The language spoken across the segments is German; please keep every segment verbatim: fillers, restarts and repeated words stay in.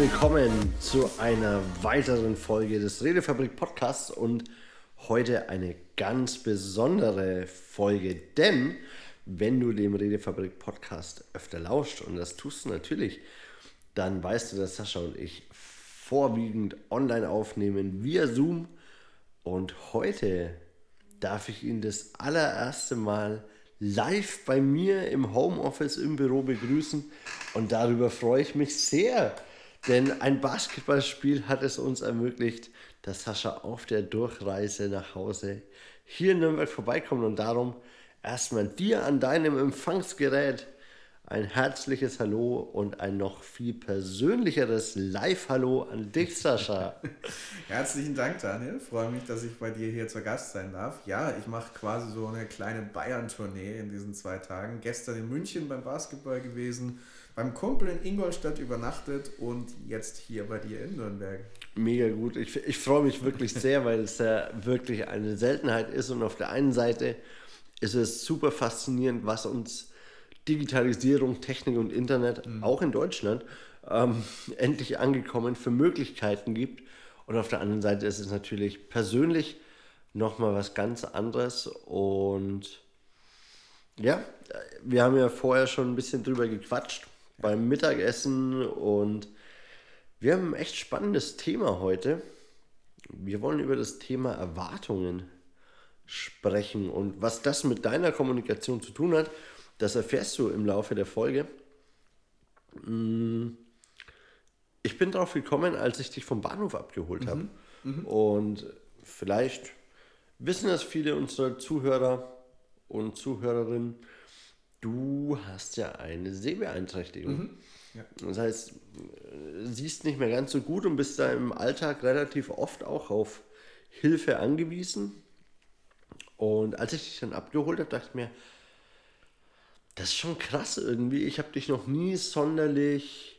willkommen zu einer weiteren Folge des Redefabrik Podcasts und heute eine ganz besondere Folge, denn wenn du dem Redefabrik Podcast öfter lauscht, und das tust du natürlich, dann weißt du, dass Sascha und ich vorwiegend online aufnehmen via Zoom, und heute darf ich ihn das allererste Mal live bei mir im Homeoffice im Büro begrüßen, und darüber freue ich mich sehr, denn ein Basketballspiel hat es uns ermöglicht, dass Sascha auf der Durchreise nach Hause hier in Nürnberg vorbeikommt, und darum erstmal dir an deinem Empfangsgerät ein herzliches Hallo und ein noch viel persönlicheres Live-Hallo an dich, Sascha. Herzlichen Dank, Daniel. Freue mich, dass ich bei dir hier zu Gast sein darf. Ja, ich mache quasi so eine kleine Bayern-Tournee in diesen zwei Tagen. Gestern in München beim Basketball gewesen, beim Kumpel in Ingolstadt übernachtet und jetzt hier bei dir in Nürnberg. Mega gut. Ich, ich freue mich wirklich sehr, weil es ja wirklich eine Seltenheit ist, und auf der einen Seite ist es super faszinierend, was uns Digitalisierung, Technik und Internet, mhm. auch in Deutschland, ähm, endlich angekommen für Möglichkeiten gibt. Und auf der anderen Seite ist es natürlich persönlich nochmal was ganz anderes. Und ja, wir haben ja vorher schon ein bisschen drüber gequatscht, ja, beim Mittagessen, und wir haben ein echt spannendes Thema heute. Wir wollen über das Thema Erwartungen sprechen, und was das mit deiner Kommunikation zu tun hat, das erfährst du im Laufe der Folge. Ich bin darauf gekommen, als ich dich vom Bahnhof abgeholt habe. Mhm. Mhm. Und vielleicht wissen das viele unserer Zuhörer und Zuhörerinnen, du hast ja eine Sehbeeinträchtigung. Mhm. Ja. Das heißt, siehst nicht mehr ganz so gut und bist da im Alltag relativ oft auch auf Hilfe angewiesen. Und als ich dich dann abgeholt habe, dachte ich mir, das ist schon krass irgendwie. Ich habe dich noch nie sonderlich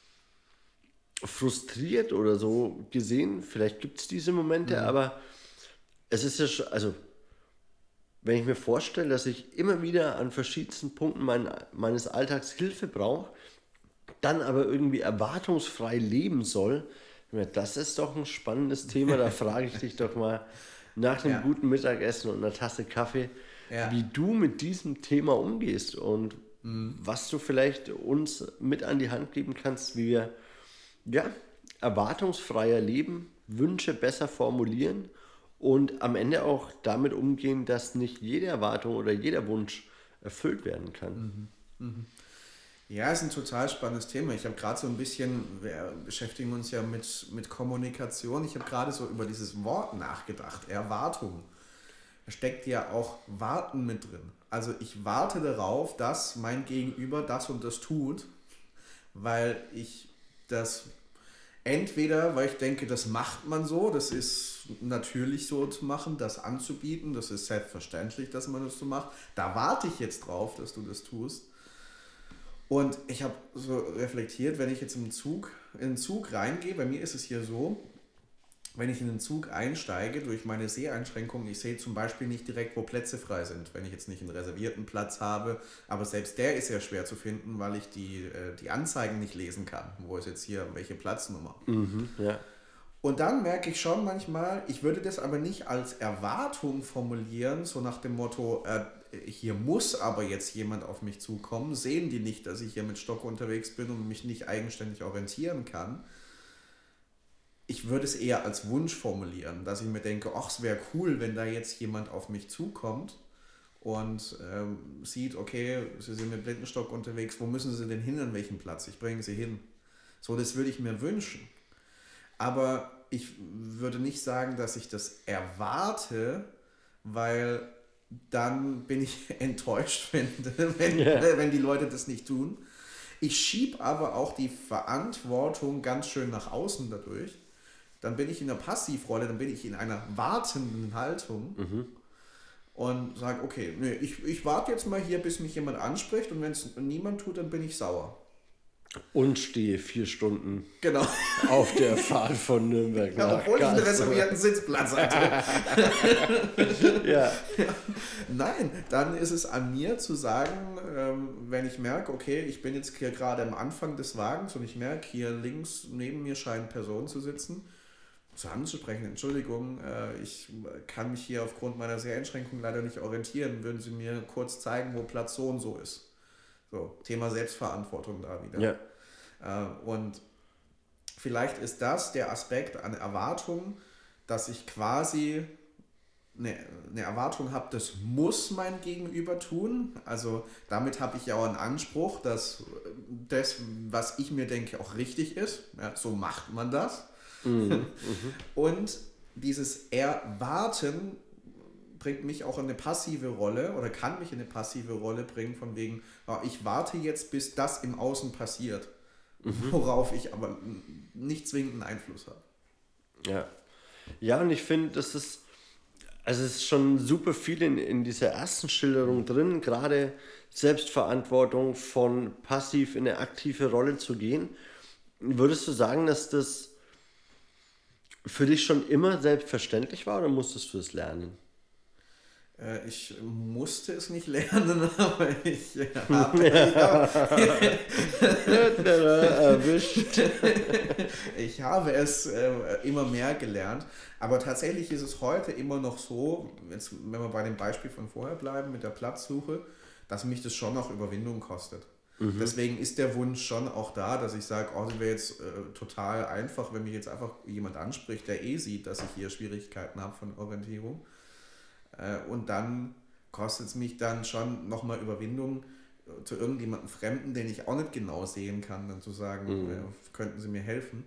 frustriert oder so gesehen. Vielleicht gibt es diese Momente, mhm. aber es ist ja schon, also wenn ich mir vorstelle, dass ich immer wieder an verschiedensten Punkten mein, meines Alltags Hilfe brauche, dann aber irgendwie erwartungsfrei leben soll, das ist doch ein spannendes Thema. Da frage ich dich doch mal nach einem ja. guten Mittagessen und einer Tasse Kaffee, ja. wie du mit diesem Thema umgehst und mhm. was du vielleicht uns mit an die Hand geben kannst, wie wir ja, erwartungsfreier leben, Wünsche besser formulieren und am Ende auch damit umgehen, dass nicht jede Erwartung oder jeder Wunsch erfüllt werden kann. Mhm. Mhm. Ja, ist ein total spannendes Thema. Ich habe gerade so ein bisschen, wir beschäftigen uns ja mit, mit Kommunikation, ich habe gerade so über dieses Wort nachgedacht, Erwartung. Da steckt ja auch Warten mit drin. Also ich warte darauf, dass mein Gegenüber das und das tut, weil ich das entweder, weil ich denke, das macht man so, das ist natürlich so zu machen, das anzubieten, das ist selbstverständlich, dass man das so macht. Da warte ich jetzt drauf, dass du das tust. Und ich habe so reflektiert, wenn ich jetzt im Zug, in den Zug reingehe, bei mir ist es hier so, wenn ich in den Zug einsteige, durch meine Seheinschränkungen, ich sehe zum Beispiel nicht direkt, wo Plätze frei sind, wenn ich jetzt nicht einen reservierten Platz habe, aber selbst der ist ja schwer zu finden, weil ich die, die Anzeigen nicht lesen kann, wo ist jetzt hier welche Platznummer. Mhm, ja. Und dann merke ich schon manchmal, ich würde das aber nicht als Erwartung formulieren, so nach dem Motto, äh, hier muss aber jetzt jemand auf mich zukommen, sehen die nicht, dass ich hier mit Stock unterwegs bin und mich nicht eigenständig orientieren kann. Ich würde es eher als Wunsch formulieren, dass ich mir denke, ach, es wäre cool, wenn da jetzt jemand auf mich zukommt und ähm, sieht, okay, sie sind mit Blindenstock unterwegs, wo müssen sie denn hin, an welchem Platz? Ich bringe sie hin. So, das würde ich mir wünschen. Aber ich würde nicht sagen, dass ich das erwarte, weil dann bin ich enttäuscht, wenn, wenn, yeah. wenn die Leute das nicht tun. Ich schiebe aber auch die Verantwortung ganz schön nach außen dadurch. Dann bin ich in einer Passivrolle, dann bin ich in einer wartenden Haltung mhm. und sage, okay, nee, ich, ich warte jetzt mal hier, bis mich jemand anspricht, und wenn es niemand tut, dann bin ich sauer. Und stehe vier Stunden Genau. auf der Fahrt von Nürnberg Ja, nach obwohl ich einen Karlsruhe. reservierten Sitzplatz hatte. Ja. Nein, dann ist es an mir zu sagen, ähm, wenn ich merke, okay, ich bin jetzt hier gerade am Anfang des Wagens und ich merke, hier links neben mir scheinen Personen zu sitzen, zu anzusprechen, Entschuldigung, äh, ich kann mich hier aufgrund meiner Seheinschränkung leider nicht orientieren, würden Sie mir kurz zeigen, wo Platz so und so ist. So, Thema Selbstverantwortung da wieder. Ja. Äh, und vielleicht ist das der Aspekt an Erwartung, dass ich quasi eine, eine Erwartung habe, das muss mein Gegenüber tun. Also damit habe ich ja auch einen Anspruch, dass das, was ich mir denke, auch richtig ist. Ja, so macht man das. Mhm. Und dieses Erwarten bringt mich auch in eine passive Rolle oder kann mich in eine passive Rolle bringen, von wegen, ja, ich warte jetzt, bis das im Außen passiert, mhm. worauf ich aber nicht zwingend einen Einfluss habe. Ja, ja, und ich finde, das ist, also es ist schon super viel in, in dieser ersten Schilderung drin, gerade Selbstverantwortung von passiv in eine aktive Rolle zu gehen. Würdest du sagen, dass das für dich schon immer selbstverständlich war oder musstest du es lernen? Ich musste es nicht lernen, aber ich habe erwischt. Ich habe es äh, immer mehr gelernt, aber tatsächlich ist es heute immer noch so, jetzt, wenn wir bei dem Beispiel von vorher bleiben mit der Platzsuche, dass mich das schon noch Überwindung kostet. Mhm. Deswegen ist der Wunsch schon auch da, dass ich sage, oh, das wäre jetzt äh, total einfach, wenn mich jetzt einfach jemand anspricht, der eh sieht, dass ich hier Schwierigkeiten habe von Orientierung. Und dann kostet es mich dann schon nochmal Überwindung, zu irgendjemandem Fremden, den ich auch nicht genau sehen kann, dann zu sagen, mhm. äh, könnten Sie mir helfen.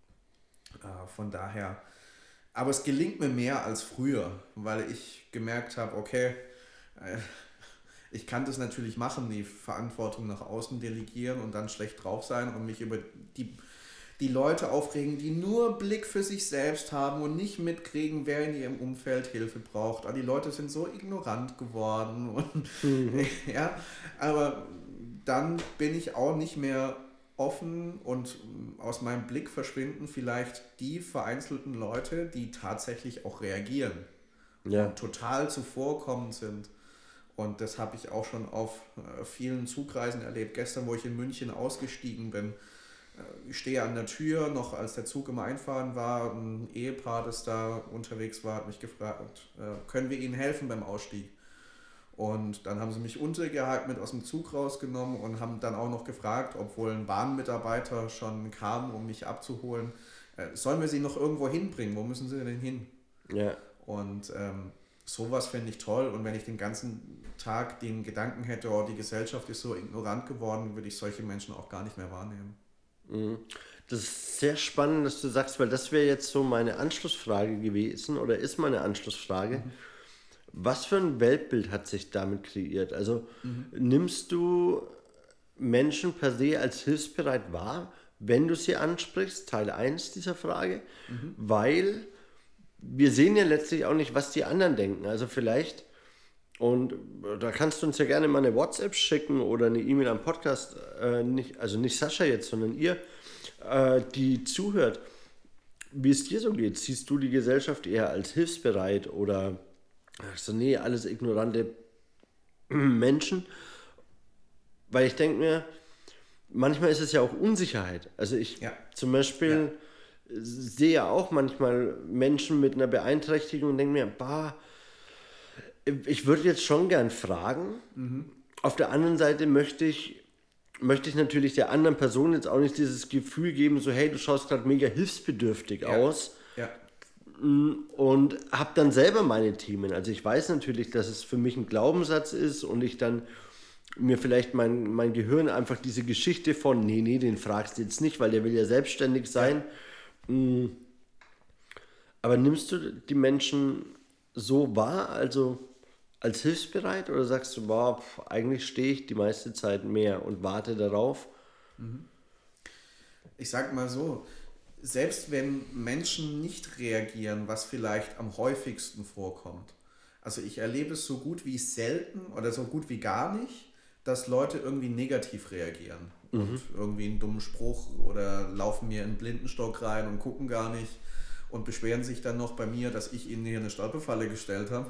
Äh, von daher, aber es gelingt mir mehr als früher, weil ich gemerkt habe, okay, äh, ich kann das natürlich machen, die Verantwortung nach außen delegieren und dann schlecht drauf sein und mich über die die Leute aufregen, die nur Blick für sich selbst haben und nicht mitkriegen, wer in ihrem Umfeld Hilfe braucht. Aber die Leute sind so ignorant geworden. Und mhm. ja, aber dann bin ich auch nicht mehr offen und aus meinem Blick verschwinden vielleicht die vereinzelten Leute, die tatsächlich auch reagieren ja. und total zuvorkommend sind. Und das habe ich auch schon auf vielen Zugreisen erlebt. Gestern, wo ich in München ausgestiegen bin, ich stehe an der Tür, noch als der Zug im Einfahren war, ein Ehepaar, das da unterwegs war, hat mich gefragt, können wir Ihnen helfen beim Ausstieg? Und dann haben sie mich untergehakt mit aus dem Zug rausgenommen und haben dann auch noch gefragt, obwohl ein Bahnmitarbeiter schon kam, um mich abzuholen, sollen wir Sie noch irgendwo hinbringen? Wo müssen Sie denn hin? Ja. Und ähm, sowas finde ich toll. Und wenn ich den ganzen Tag den Gedanken hätte, oh, die Gesellschaft ist so ignorant geworden, würde ich solche Menschen auch gar nicht mehr wahrnehmen. Das ist sehr spannend, dass du sagst, weil das wäre jetzt so meine Anschlussfrage gewesen oder ist meine Anschlussfrage. Mhm. Was für ein Weltbild hat sich damit kreiert? Also mhm. nimmst du Menschen per se als hilfsbereit wahr, wenn du sie ansprichst? Teil eins dieser Frage. Mhm. Weil wir sehen ja letztlich auch nicht, was die anderen denken. Also vielleicht, und da kannst du uns ja gerne mal eine WhatsApp schicken oder eine E-Mail am Podcast, äh, nicht, also nicht Sascha jetzt, sondern ihr, äh, die zuhört, wie es dir so geht. Siehst du die Gesellschaft eher als hilfsbereit oder so, nee, alles ignorante Menschen? Weil ich denke mir, manchmal ist es ja auch Unsicherheit. Also ich ja. zum Beispiel ja. sehe ja auch manchmal Menschen mit einer Beeinträchtigung und denke mir, bah, ich würde jetzt schon gern fragen. Mhm. Auf der anderen Seite möchte ich, möchte ich natürlich der anderen Person jetzt auch nicht dieses Gefühl geben, so hey, du schaust gerade mega hilfsbedürftig ja. aus. Ja. Und habe dann selber meine Themen. Also ich weiß natürlich, dass es für mich ein Glaubenssatz ist und ich dann mir vielleicht mein, mein Gehirn einfach diese Geschichte von, nee, nee, den fragst du jetzt nicht, weil der will ja selbstständig sein. Ja. Aber nimmst du die Menschen so wahr, also als hilfsbereit, oder sagst du, boah, eigentlich stehe ich die meiste Zeit mehr und warte darauf? Ich sag mal so, selbst wenn Menschen nicht reagieren, was vielleicht am häufigsten vorkommt, also ich erlebe es so gut wie selten oder so gut wie gar nicht, dass Leute irgendwie negativ reagieren. mhm. und irgendwie einen dummen Spruch oder laufen mir in einen Blindenstock rein und gucken gar nicht und beschweren sich dann noch bei mir, dass ich ihnen hier eine Stolperfalle gestellt habe.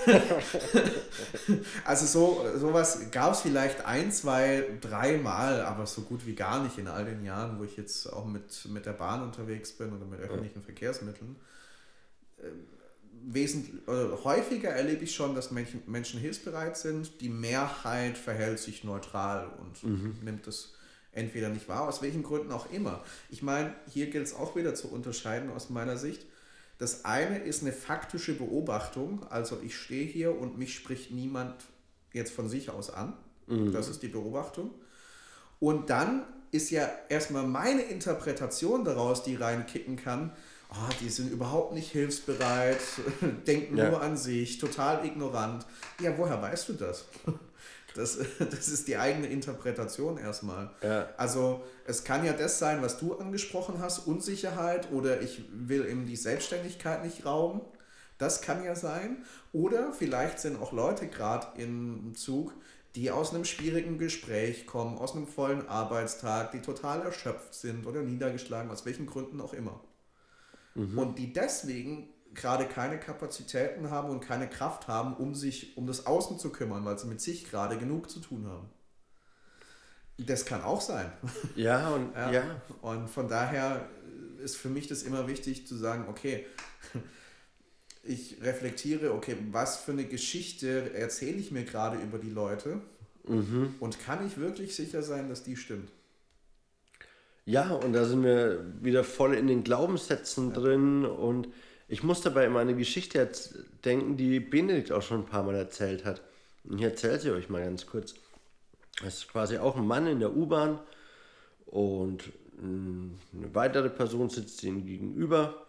Also so sowas gab es vielleicht ein, zwei, drei Mal, aber so gut wie gar nicht in all den Jahren, wo ich jetzt auch mit, mit der Bahn unterwegs bin oder mit öffentlichen Verkehrsmitteln. Wesentlich, oder häufiger erlebe ich schon, dass Menschen, Menschen hilfsbereit sind. Die Mehrheit verhält sich neutral und mhm. nimmt es entweder nicht wahr, aus welchen Gründen auch immer. Ich meine, hier gilt es auch wieder zu unterscheiden aus meiner Sicht. Das eine ist eine faktische Beobachtung, also ich stehe hier und mich spricht niemand jetzt von sich aus an. Mhm. Das ist die Beobachtung. Und dann ist ja erstmal meine Interpretation daraus, die reinkicken kann, oh, die sind überhaupt nicht hilfsbereit, denken ja. nur an sich, total ignorant. Ja, woher weißt du das? Das, das ist die eigene Interpretation erstmal. Ja. Also es kann ja das sein, was du angesprochen hast, Unsicherheit oder ich will eben die Selbstständigkeit nicht rauben. Das kann ja sein. Oder vielleicht sind auch Leute gerade im Zug, die aus einem schwierigen Gespräch kommen, aus einem vollen Arbeitstag, die total erschöpft sind oder niedergeschlagen, aus welchen Gründen auch immer. Mhm. Und die deswegen gerade keine Kapazitäten haben und keine Kraft haben, um sich um das Außen zu kümmern, weil sie mit sich gerade genug zu tun haben. Das kann auch sein. Ja, und ja. ja. Und von daher ist für mich das immer wichtig zu sagen, okay, ich reflektiere, okay, was für eine Geschichte erzähle ich mir gerade über die Leute mhm. und kann ich wirklich sicher sein, dass die stimmt? Ja, und da sind wir wieder voll in den Glaubenssätzen ja. drin und ich muss dabei immer an eine Geschichte denken, die Benedikt auch schon ein paar Mal erzählt hat. Und ich erzähle sie euch mal ganz kurz. Das ist quasi auch ein Mann in der U-Bahn und eine weitere Person sitzt ihm gegenüber.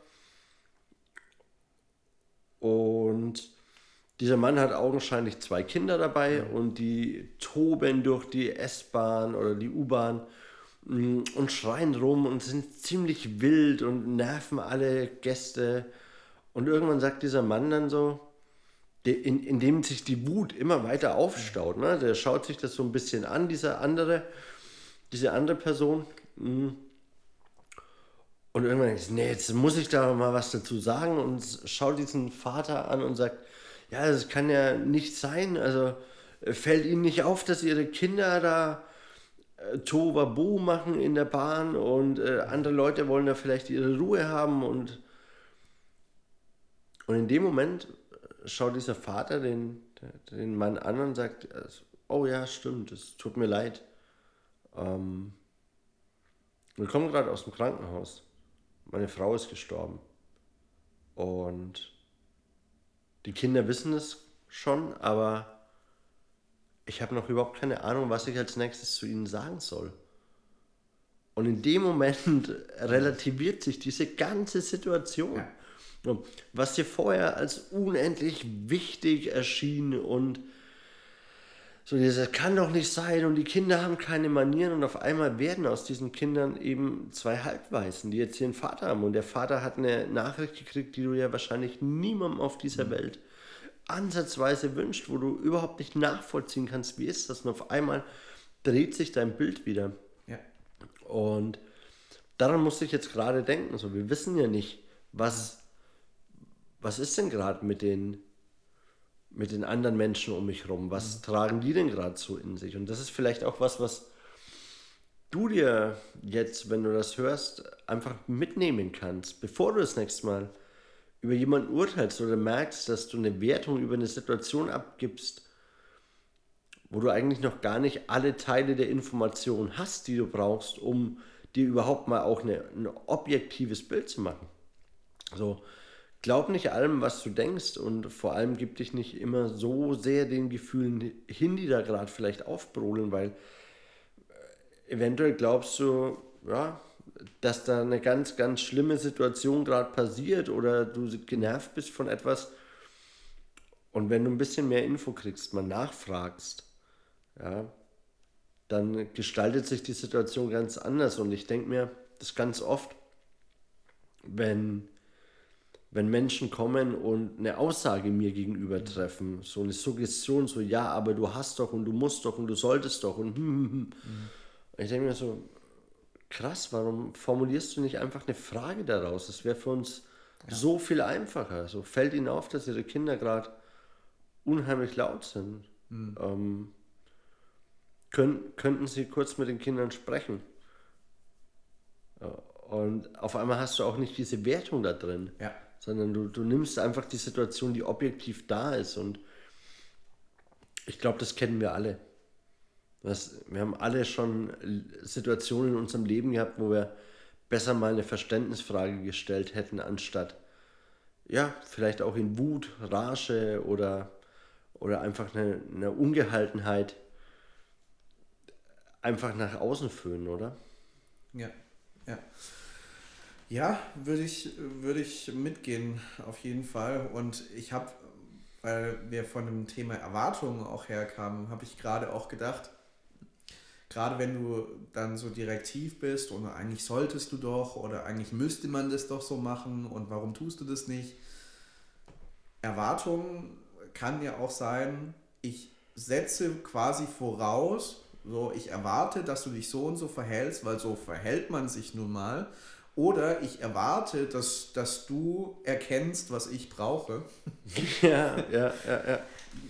Und dieser Mann hat augenscheinlich zwei Kinder dabei mhm. und die toben durch die S-Bahn oder die U-Bahn und schreien rum und sind ziemlich wild und nerven alle Gäste. Und irgendwann sagt dieser Mann dann so, in, in dem sich die Wut immer weiter aufstaut, ne? Der schaut sich das so ein bisschen an, dieser andere, diese andere Person. Und irgendwann denkt, nee, jetzt muss ich da mal was dazu sagen und schaut diesen Vater an und sagt, ja, das kann ja nicht sein, also fällt Ihnen nicht auf, dass Ihre Kinder da Tohuwabohu machen in der Bahn und äh, andere Leute wollen da vielleicht ihre Ruhe haben und Und in dem Moment schaut dieser Vater den, den Mann an und sagt, oh ja, stimmt, es tut mir leid. Ähm, wir kommen gerade aus dem Krankenhaus. Meine Frau ist gestorben. Und die Kinder wissen es schon, aber ich habe noch überhaupt keine Ahnung, was ich als nächstes zu ihnen sagen soll. Und in dem Moment relativiert sich diese ganze Situation. Ja. Was dir vorher als unendlich wichtig erschien und so dieses kann doch nicht sein und die Kinder haben keine Manieren und auf einmal werden aus diesen Kindern eben zwei Halbwaisen, die jetzt hier einen Vater haben und der Vater hat eine Nachricht gekriegt, die du ja wahrscheinlich niemandem auf dieser mhm. Welt ansatzweise wünscht, wo du überhaupt nicht nachvollziehen kannst, wie ist das und auf einmal dreht sich dein Bild wieder. Ja. Und daran musste ich jetzt gerade denken, so, wir wissen ja nicht, was Was ist denn gerade mit den, mit den anderen Menschen um mich rum? Was mhm. tragen die denn gerade so in sich? Und das ist vielleicht auch was, was du dir jetzt, wenn du das hörst, einfach mitnehmen kannst, bevor du das nächste Mal über jemanden urteilst oder merkst, dass du eine Wertung über eine Situation abgibst, wo du eigentlich noch gar nicht alle Teile der Information hast, die du brauchst, um dir überhaupt mal auch eine, ein objektives Bild zu machen. So. Glaub nicht allem, was du denkst und vor allem gib dich nicht immer so sehr den Gefühlen hin, die da gerade vielleicht aufbrodeln, weil eventuell glaubst du, ja, dass da eine ganz, ganz schlimme Situation gerade passiert oder du genervt bist von etwas und wenn du ein bisschen mehr Info kriegst, mal nachfragst, ja, dann gestaltet sich die Situation ganz anders und ich denke mir, das ganz oft, wenn Wenn Menschen kommen und eine Aussage mir gegenüber treffen, so eine Suggestion, so ja, aber du hast doch und du musst doch und du solltest doch und hm, hm, hm. Mhm. Ich denke mir so, krass, warum formulierst du nicht einfach eine Frage daraus? Das wäre für uns ja. so viel einfacher. So fällt ihnen auf, dass ihre Kinder gerade unheimlich laut sind. Hm. Ähm, können, könnten sie kurz mit den Kindern sprechen? Und auf einmal hast du auch nicht diese Wertung da drin, ja. sondern du, du nimmst einfach die Situation, die objektiv da ist. Und ich glaube, das kennen wir alle. Das, wir haben alle schon Situationen in unserem Leben gehabt, wo wir besser mal eine Verständnisfrage gestellt hätten, anstatt, ja, vielleicht auch in Wut, Rage oder, oder einfach eine, eine Ungehaltenheit einfach nach außen führen, oder? Ja, ja. Ja, würde ich, würde ich mitgehen, auf jeden Fall. Und ich habe, weil wir von dem Thema Erwartungen auch herkamen, habe ich gerade auch gedacht, gerade wenn du dann so direktiv bist und eigentlich solltest du doch oder eigentlich müsste man das doch so machen und warum tust du das nicht? Erwartungen kann ja auch sein, ich setze quasi voraus, so ich erwarte, dass du dich so und so verhältst, weil so verhält man sich nun mal. Oder ich erwarte, dass, dass du erkennst, was ich brauche. Ja, ja, ja, ja.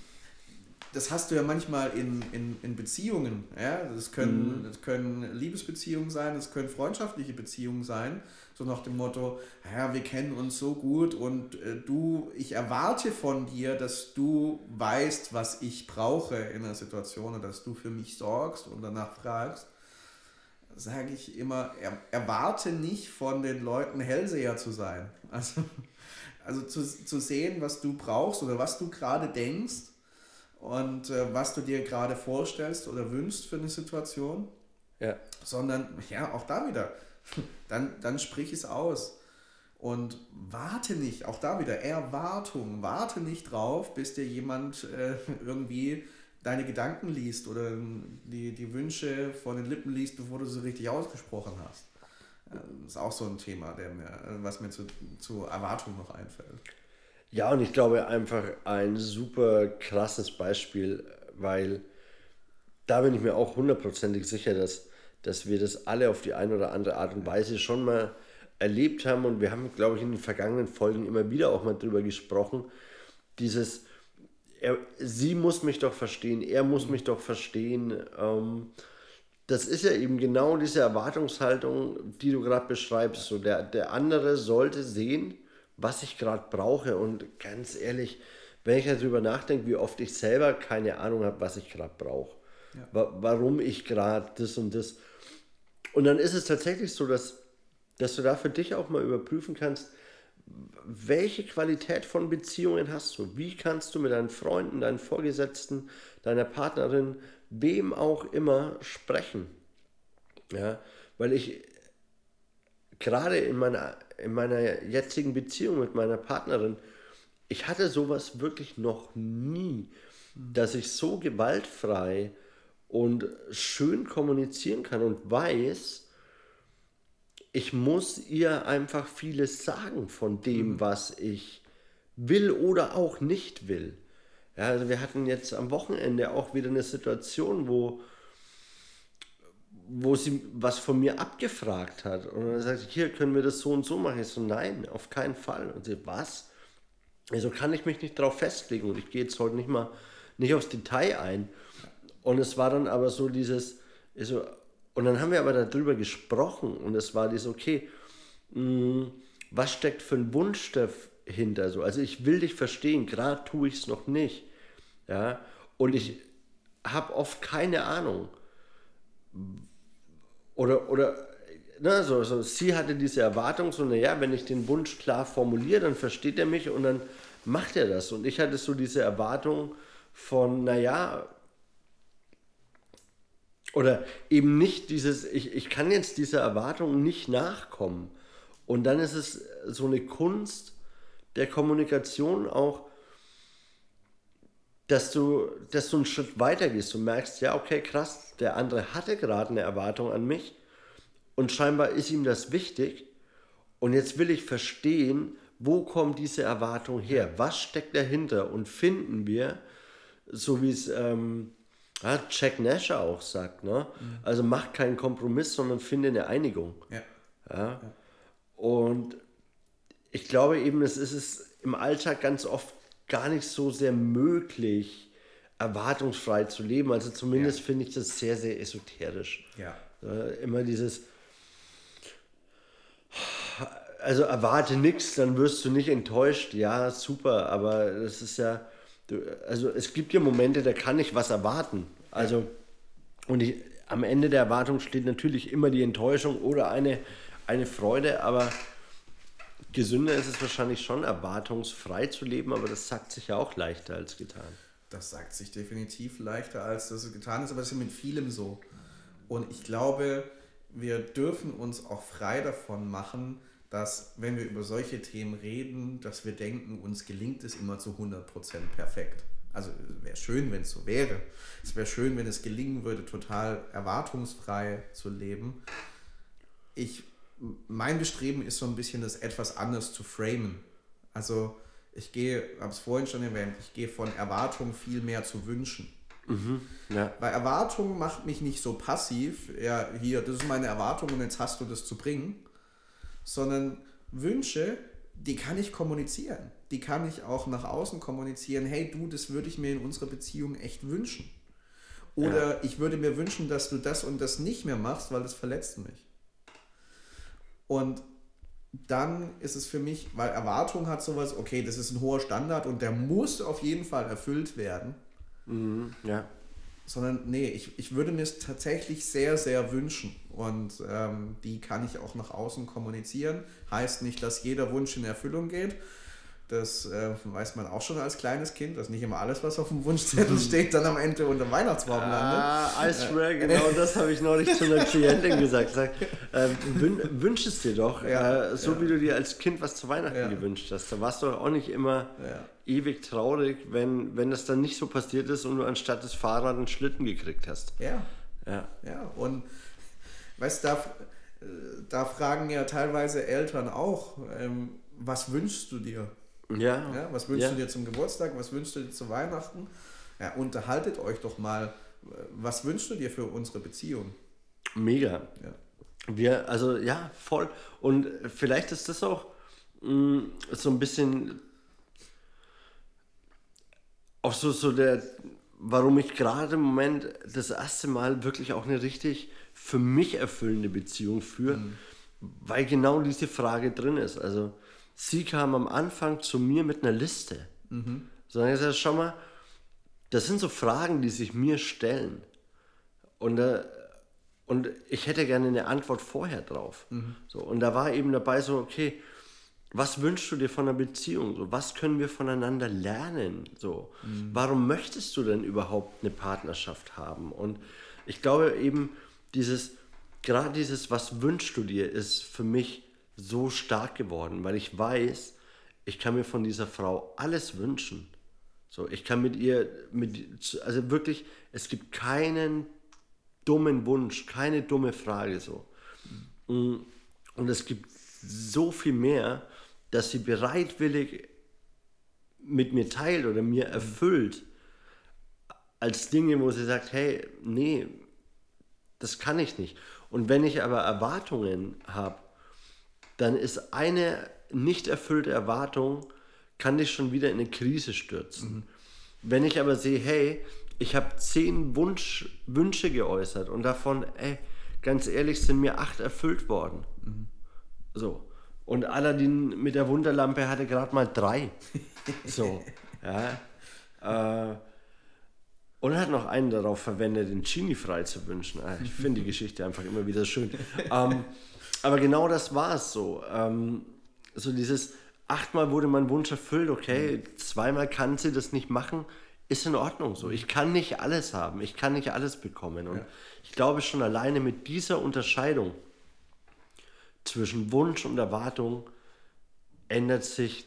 Das hast du ja manchmal in, in, in Beziehungen. Ja? Das, können, mhm. das können Liebesbeziehungen sein, das können freundschaftliche Beziehungen sein. So nach dem Motto, ja, wir kennen uns so gut und äh, du, ich erwarte von dir, dass du weißt, was ich brauche in einer Situation und dass du für mich sorgst und danach fragst. Sage ich immer, er, erwarte nicht von den Leuten Hellseher zu sein. Also, also zu, zu sehen, was du brauchst oder was du gerade denkst und äh, was du dir gerade vorstellst oder wünschst für eine Situation. Ja. Sondern, ja, auch da wieder, dann, dann sprich es aus. Und warte nicht, auch da wieder, Erwartung, warte nicht drauf, bis dir jemand äh, irgendwie deine Gedanken liest oder die, die Wünsche von den Lippen liest, bevor du sie richtig ausgesprochen hast. Das ist auch so ein Thema, der mir, was mir zu, zu Erwartung noch einfällt. Ja, und ich glaube einfach ein super krasses Beispiel, weil da bin ich mir auch hundertprozentig sicher, dass, dass wir das alle auf die eine oder andere Art und Weise schon mal erlebt haben und wir haben, glaube ich, in den vergangenen Folgen immer wieder auch mal drüber gesprochen, dieses Er, sie muss mich doch verstehen, er muss mich doch verstehen. Ähm, das ist ja eben genau diese Erwartungshaltung, die du gerade beschreibst. So der, der andere sollte sehen, was ich gerade brauche. Und ganz ehrlich, wenn ich darüber nachdenke, wie oft ich selber keine Ahnung habe, was ich gerade brauche. Ja. Wa- warum ich gerade das und das. Und dann ist es tatsächlich so, dass, dass du da für dich auch mal überprüfen kannst, welche Qualität von Beziehungen hast du? Wie kannst du mit deinen Freunden, deinen Vorgesetzten, deiner Partnerin, wem auch immer sprechen? Ja, weil ich gerade in meiner, in meiner jetzigen Beziehung mit meiner Partnerin, ich hatte sowas wirklich noch nie, dass ich so gewaltfrei und schön kommunizieren kann und weiß, ich muss ihr einfach vieles sagen von dem, mhm. was ich will oder auch nicht will. Ja, also wir hatten jetzt am Wochenende auch wieder eine Situation, wo, wo sie was von mir abgefragt hat. Und dann sagt sie, hier können wir das so und so machen. Ich so, nein, auf keinen Fall. Und sie, was? Also kann ich mich nicht darauf festlegen und ich gehe jetzt heute nicht mal nicht aufs Detail ein. Und es war dann aber so dieses, so, und dann haben wir aber darüber gesprochen und es war dieses, okay, mh, was steckt für ein Wunsch dahinter? So? Also ich will dich verstehen, gerade tue ich es noch nicht. Ja? Und ich habe oft keine Ahnung. Oder, oder na, so, so, sie hatte diese Erwartung, so, naja, wenn ich den Wunsch klar formuliere, dann versteht er mich und dann macht er das. Und ich hatte so diese Erwartung von, naja, oder eben nicht dieses, ich, ich kann jetzt dieser Erwartung nicht nachkommen. Und dann ist es so eine Kunst der Kommunikation auch, dass du, dass du einen Schritt weiter gehst. Du merkst, ja, okay, krass, der andere hatte gerade eine Erwartung an mich und scheinbar ist ihm das wichtig. Und jetzt will ich verstehen, wo kommt diese Erwartung her? Was steckt dahinter? Und finden wir, so wie es... Ähm, Ja, Jack Nash auch sagt, ne? Mhm. Also mach keinen Kompromiss, sondern finde eine Einigung. Ja. Ja? Ja. Und ich glaube eben, es ist es im Alltag ganz oft gar nicht so sehr möglich, erwartungsfrei zu leben. Also zumindest ja. finde ich das sehr, sehr esoterisch. Ja. Äh, immer dieses, also erwarte nichts, dann wirst du nicht enttäuscht. Ja, super, aber das ist ja, also es gibt ja Momente, da kann ich was erwarten. Also, ja. und ich, am Ende der Erwartung steht natürlich immer die Enttäuschung oder eine, eine Freude, aber gesünder ist es wahrscheinlich schon, erwartungsfrei zu leben, aber das sagt sich ja auch leichter als getan. Das sagt sich definitiv leichter, als dass es getan ist, aber es ist ja mit vielem so. Und ich glaube, wir dürfen uns auch frei davon machen, dass, wenn wir über solche Themen reden, dass wir denken, uns gelingt es immer zu hundert Prozent perfekt. Also wäre schön, wenn es so wäre. Es wäre schön, wenn es gelingen würde, total erwartungsfrei zu leben. Ich, mein Bestreben ist so ein bisschen, das etwas anders zu framen. Also ich gehe, habe es vorhin schon erwähnt, ich gehe von Erwartungen viel mehr zu Wünschen. Mhm, ja. Weil Erwartung macht mich nicht so passiv, ja, hier, das ist meine Erwartung und jetzt hast du das zu bringen, sondern Wünsche, die kann ich kommunizieren. Die kann ich auch nach außen kommunizieren. Hey du, das würde ich mir in unserer Beziehung echt wünschen. Oder ja. ich würde mir wünschen, dass du das und das nicht mehr machst, weil das verletzt mich. Und dann ist es für mich, weil Erwartung hat sowas, okay, das ist ein hoher Standard und der muss auf jeden Fall erfüllt werden. Mhm, ja. Sondern nee, ich, ich würde mir es tatsächlich sehr, sehr wünschen und ähm, die kann ich auch nach außen kommunizieren. Heißt nicht, dass jeder Wunsch in Erfüllung geht. Das äh, weiß man auch schon als kleines Kind, dass nicht immer alles, was auf dem Wunschzettel steht, dann am Ende unter dem Weihnachtsbaum landet. Ah, I swear, genau das habe ich neulich zu einer Klientin gesagt. Sag, äh, wün, wünsch es dir doch, ja, äh, so ja. wie du dir als Kind was zu Weihnachten ja. gewünscht hast. Da warst du auch nicht immer ja. ewig traurig, wenn, wenn das dann nicht so passiert ist und du anstatt des Fahrrad einen Schlitten gekriegt hast. Ja, ja, ja. Und weißt du, da, da fragen ja teilweise Eltern auch, ähm, was wünschst du dir? Ja. ja. Was wünschst ja. du dir zum Geburtstag? Was wünschst du dir zu Weihnachten? Ja, unterhaltet euch doch mal. Was wünschst du dir für unsere Beziehung? Mega. Ja. Wir, also ja, voll. Und vielleicht ist das auch mh, so ein bisschen auch so, so der, warum ich gerade im Moment das erste Mal wirklich auch eine richtig für mich erfüllende Beziehung führe, mhm. weil genau diese Frage drin ist. Also sie kam am Anfang zu mir mit einer Liste. Mhm. Sondern ich sage, schau mal, das sind so Fragen, die sich mir stellen. Und, äh, und ich hätte gerne eine Antwort vorher drauf. Mhm. So, und da war eben dabei so, okay, was wünschst du dir von einer Beziehung? So, was können wir voneinander lernen? So, mhm. warum möchtest du denn überhaupt eine Partnerschaft haben? Und ich glaube eben, dieses, gerade dieses, was wünschst du dir, ist für mich so stark geworden, weil ich weiß, ich kann mir von dieser Frau alles wünschen. So, ich kann mit ihr, mit, also wirklich, es gibt keinen dummen Wunsch, keine dumme Frage so. Und es gibt so viel mehr, dass sie bereitwillig mit mir teilt oder mir erfüllt, als Dinge, wo sie sagt, hey, nee, das kann ich nicht. Und wenn ich aber Erwartungen habe, dann ist eine nicht erfüllte Erwartung, kann dich schon wieder in eine Krise stürzen. Mhm. Wenn ich aber sehe, hey, ich habe zehn Wunsch, Wünsche geäußert und davon, ey, ganz ehrlich, sind mir acht erfüllt worden. Mhm. So. Und Aladdin mit der Wunderlampe hatte gerade mal drei. So. Ja. Äh, und hat noch einen darauf verwendet, den Genie frei zu wünschen. Ich finde die Geschichte einfach immer wieder schön. ähm, aber genau das war es so. Ähm, so dieses, achtmal wurde mein Wunsch erfüllt, okay, zweimal kann sie das nicht machen, ist in Ordnung so. Ich kann nicht alles haben, ich kann nicht alles bekommen. Und ja. ich glaube schon alleine mit dieser Unterscheidung zwischen Wunsch und Erwartung ändert sich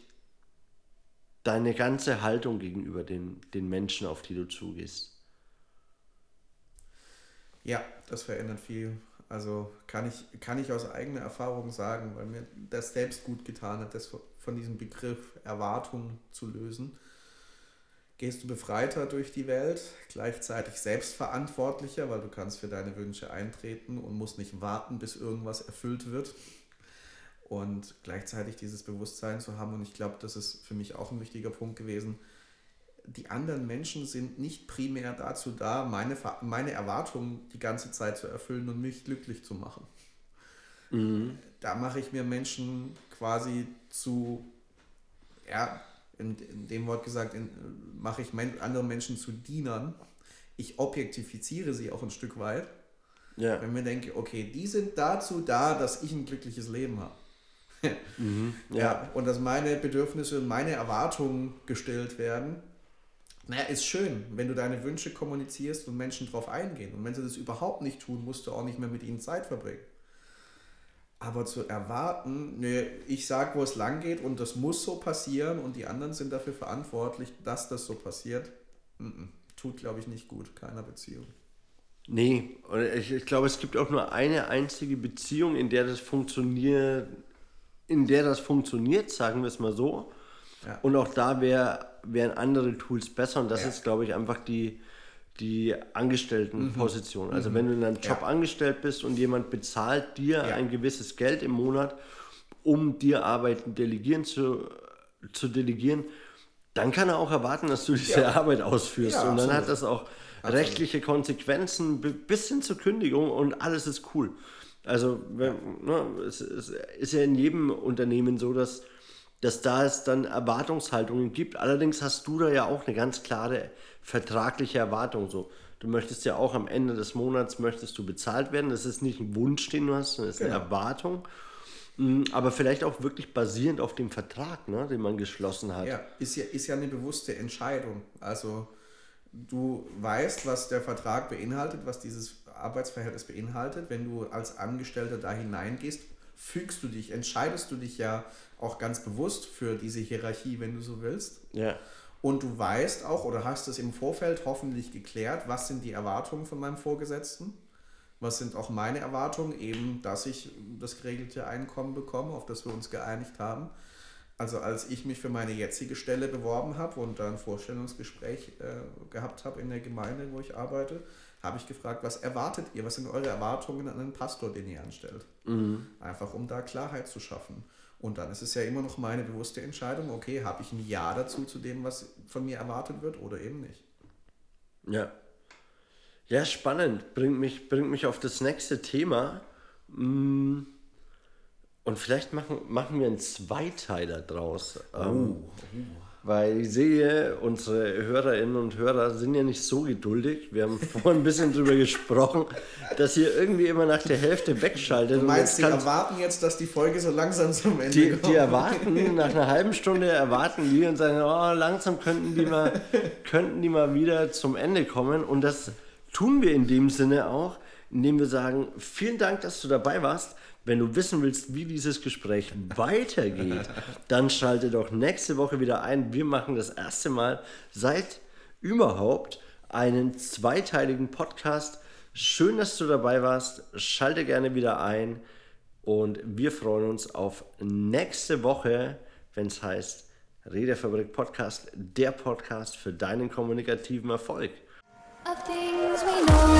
deine ganze Haltung gegenüber den, den Menschen, auf die du zugehst. Ja, das verändert viel. Also kann ich, kann ich aus eigener Erfahrung sagen, weil mir das selbst gut getan hat, das von diesem Begriff Erwartung zu lösen. gehst du befreiter durch die Welt, gleichzeitig selbstverantwortlicher, weil du kannst für deine Wünsche eintreten und musst nicht warten, bis irgendwas erfüllt wird. Und gleichzeitig dieses Bewusstsein zu haben, und ich glaube, das ist für mich auch ein wichtiger Punkt gewesen, die anderen Menschen sind nicht primär dazu da, meine, meine Erwartungen die ganze Zeit zu erfüllen und mich glücklich zu machen. Mhm. Da mache ich mir Menschen quasi zu, ja, in, in dem Wort gesagt, in, mache ich men, andere Menschen zu Dienern. Ich objektifiziere sie auch ein Stück weit. Ja. Wenn mir denke, okay, die sind dazu da, dass ich ein glückliches Leben habe. mhm. ja. ja. Und dass meine Bedürfnisse und meine Erwartungen gestillt werden. Naja, ist schön, wenn du deine Wünsche kommunizierst und Menschen drauf eingehen. Und wenn sie das überhaupt nicht tun, musst du auch nicht mehr mit ihnen Zeit verbringen. Aber zu erwarten, ne, ich sage, wo es lang geht und das muss so passieren und die anderen sind dafür verantwortlich, dass das so passiert, m-m, tut, glaube ich, nicht gut, keiner Beziehung. Nee, ich, ich glaube, es gibt auch nur eine einzige Beziehung, in der das funktioniert, in der das funktioniert, sagen wir es mal so. Ja. Und auch da wär, wären andere Tools besser und das ja. ist, glaube ich, einfach die, die Angestelltenposition. Mhm. Also mhm. wenn du in einem Job ja. angestellt bist und jemand bezahlt dir ja. ein gewisses Geld im Monat, um dir Arbeiten delegieren zu, zu delegieren, dann kann er auch erwarten, dass du diese ja. Arbeit ausführst. Ja, und dann absolut. Hat das auch absolut. Rechtliche Konsequenzen bis hin zur Kündigung und alles ist cool. Also wenn, ja. ne, es, es ist ja in jedem Unternehmen so, dass dass da es dann Erwartungshaltungen gibt. Allerdings hast du da ja auch eine ganz klare vertragliche Erwartung. So, du möchtest ja auch am Ende des Monats möchtest du bezahlt werden. Das ist nicht ein Wunsch, den du hast, sondern das ist genau. eine Erwartung. Aber vielleicht auch wirklich basierend auf dem Vertrag, ne, den man geschlossen hat. Ja, ist ja, ist ja eine bewusste Entscheidung. Also du weißt, was der Vertrag beinhaltet, was dieses Arbeitsverhältnis beinhaltet. Wenn du als Angestellter da hineingehst, fügst du dich, entscheidest du dich ja auch ganz bewusst für diese Hierarchie, wenn du so willst. Ja. Und du weißt auch oder hast es im Vorfeld hoffentlich geklärt, was sind die Erwartungen von meinem Vorgesetzten, was sind auch meine Erwartungen, eben, dass ich das geregelte Einkommen bekomme, auf das wir uns geeinigt haben. Also als ich mich für meine jetzige Stelle beworben habe und da ein Vorstellungsgespräch äh, gehabt habe in der Gemeinde, wo ich arbeite, habe ich gefragt, was erwartet ihr, was sind eure Erwartungen an einen Pastor, den ihr anstellt? Mhm. Einfach um da Klarheit zu schaffen. Und dann ist es ja immer noch meine bewusste Entscheidung, okay, habe ich ein Ja dazu, zu dem, was von mir erwartet wird oder eben nicht. Ja. Ja, spannend. Bringt mich, bringt mich auf das nächste Thema. Und vielleicht machen, machen wir einen Zweiteiler draus. Oh. Ähm, weil ich sehe, unsere Hörerinnen und Hörer sind ja nicht so geduldig. Wir haben vorhin ein bisschen drüber gesprochen, dass ihr irgendwie immer nach der Hälfte wegschaltet. Du meinst, die erwarten jetzt, dass die Folge so langsam zum Ende die, kommt? Die erwarten, nach einer halben Stunde erwarten die und sagen, oh, langsam könnten die, mal, könnten die mal wieder zum Ende kommen. Und das tun wir in dem Sinne auch, indem wir sagen, vielen Dank, dass du dabei warst. Wenn du wissen willst, wie dieses Gespräch weitergeht, dann schalte doch nächste Woche wieder ein. Wir machen das erste Mal seit überhaupt einen zweiteiligen Podcast. Schön, dass du dabei warst. Schalte gerne wieder ein und wir freuen uns auf nächste Woche, wenn es heißt Redefabrik Podcast, der Podcast für deinen kommunikativen Erfolg. Of things we know.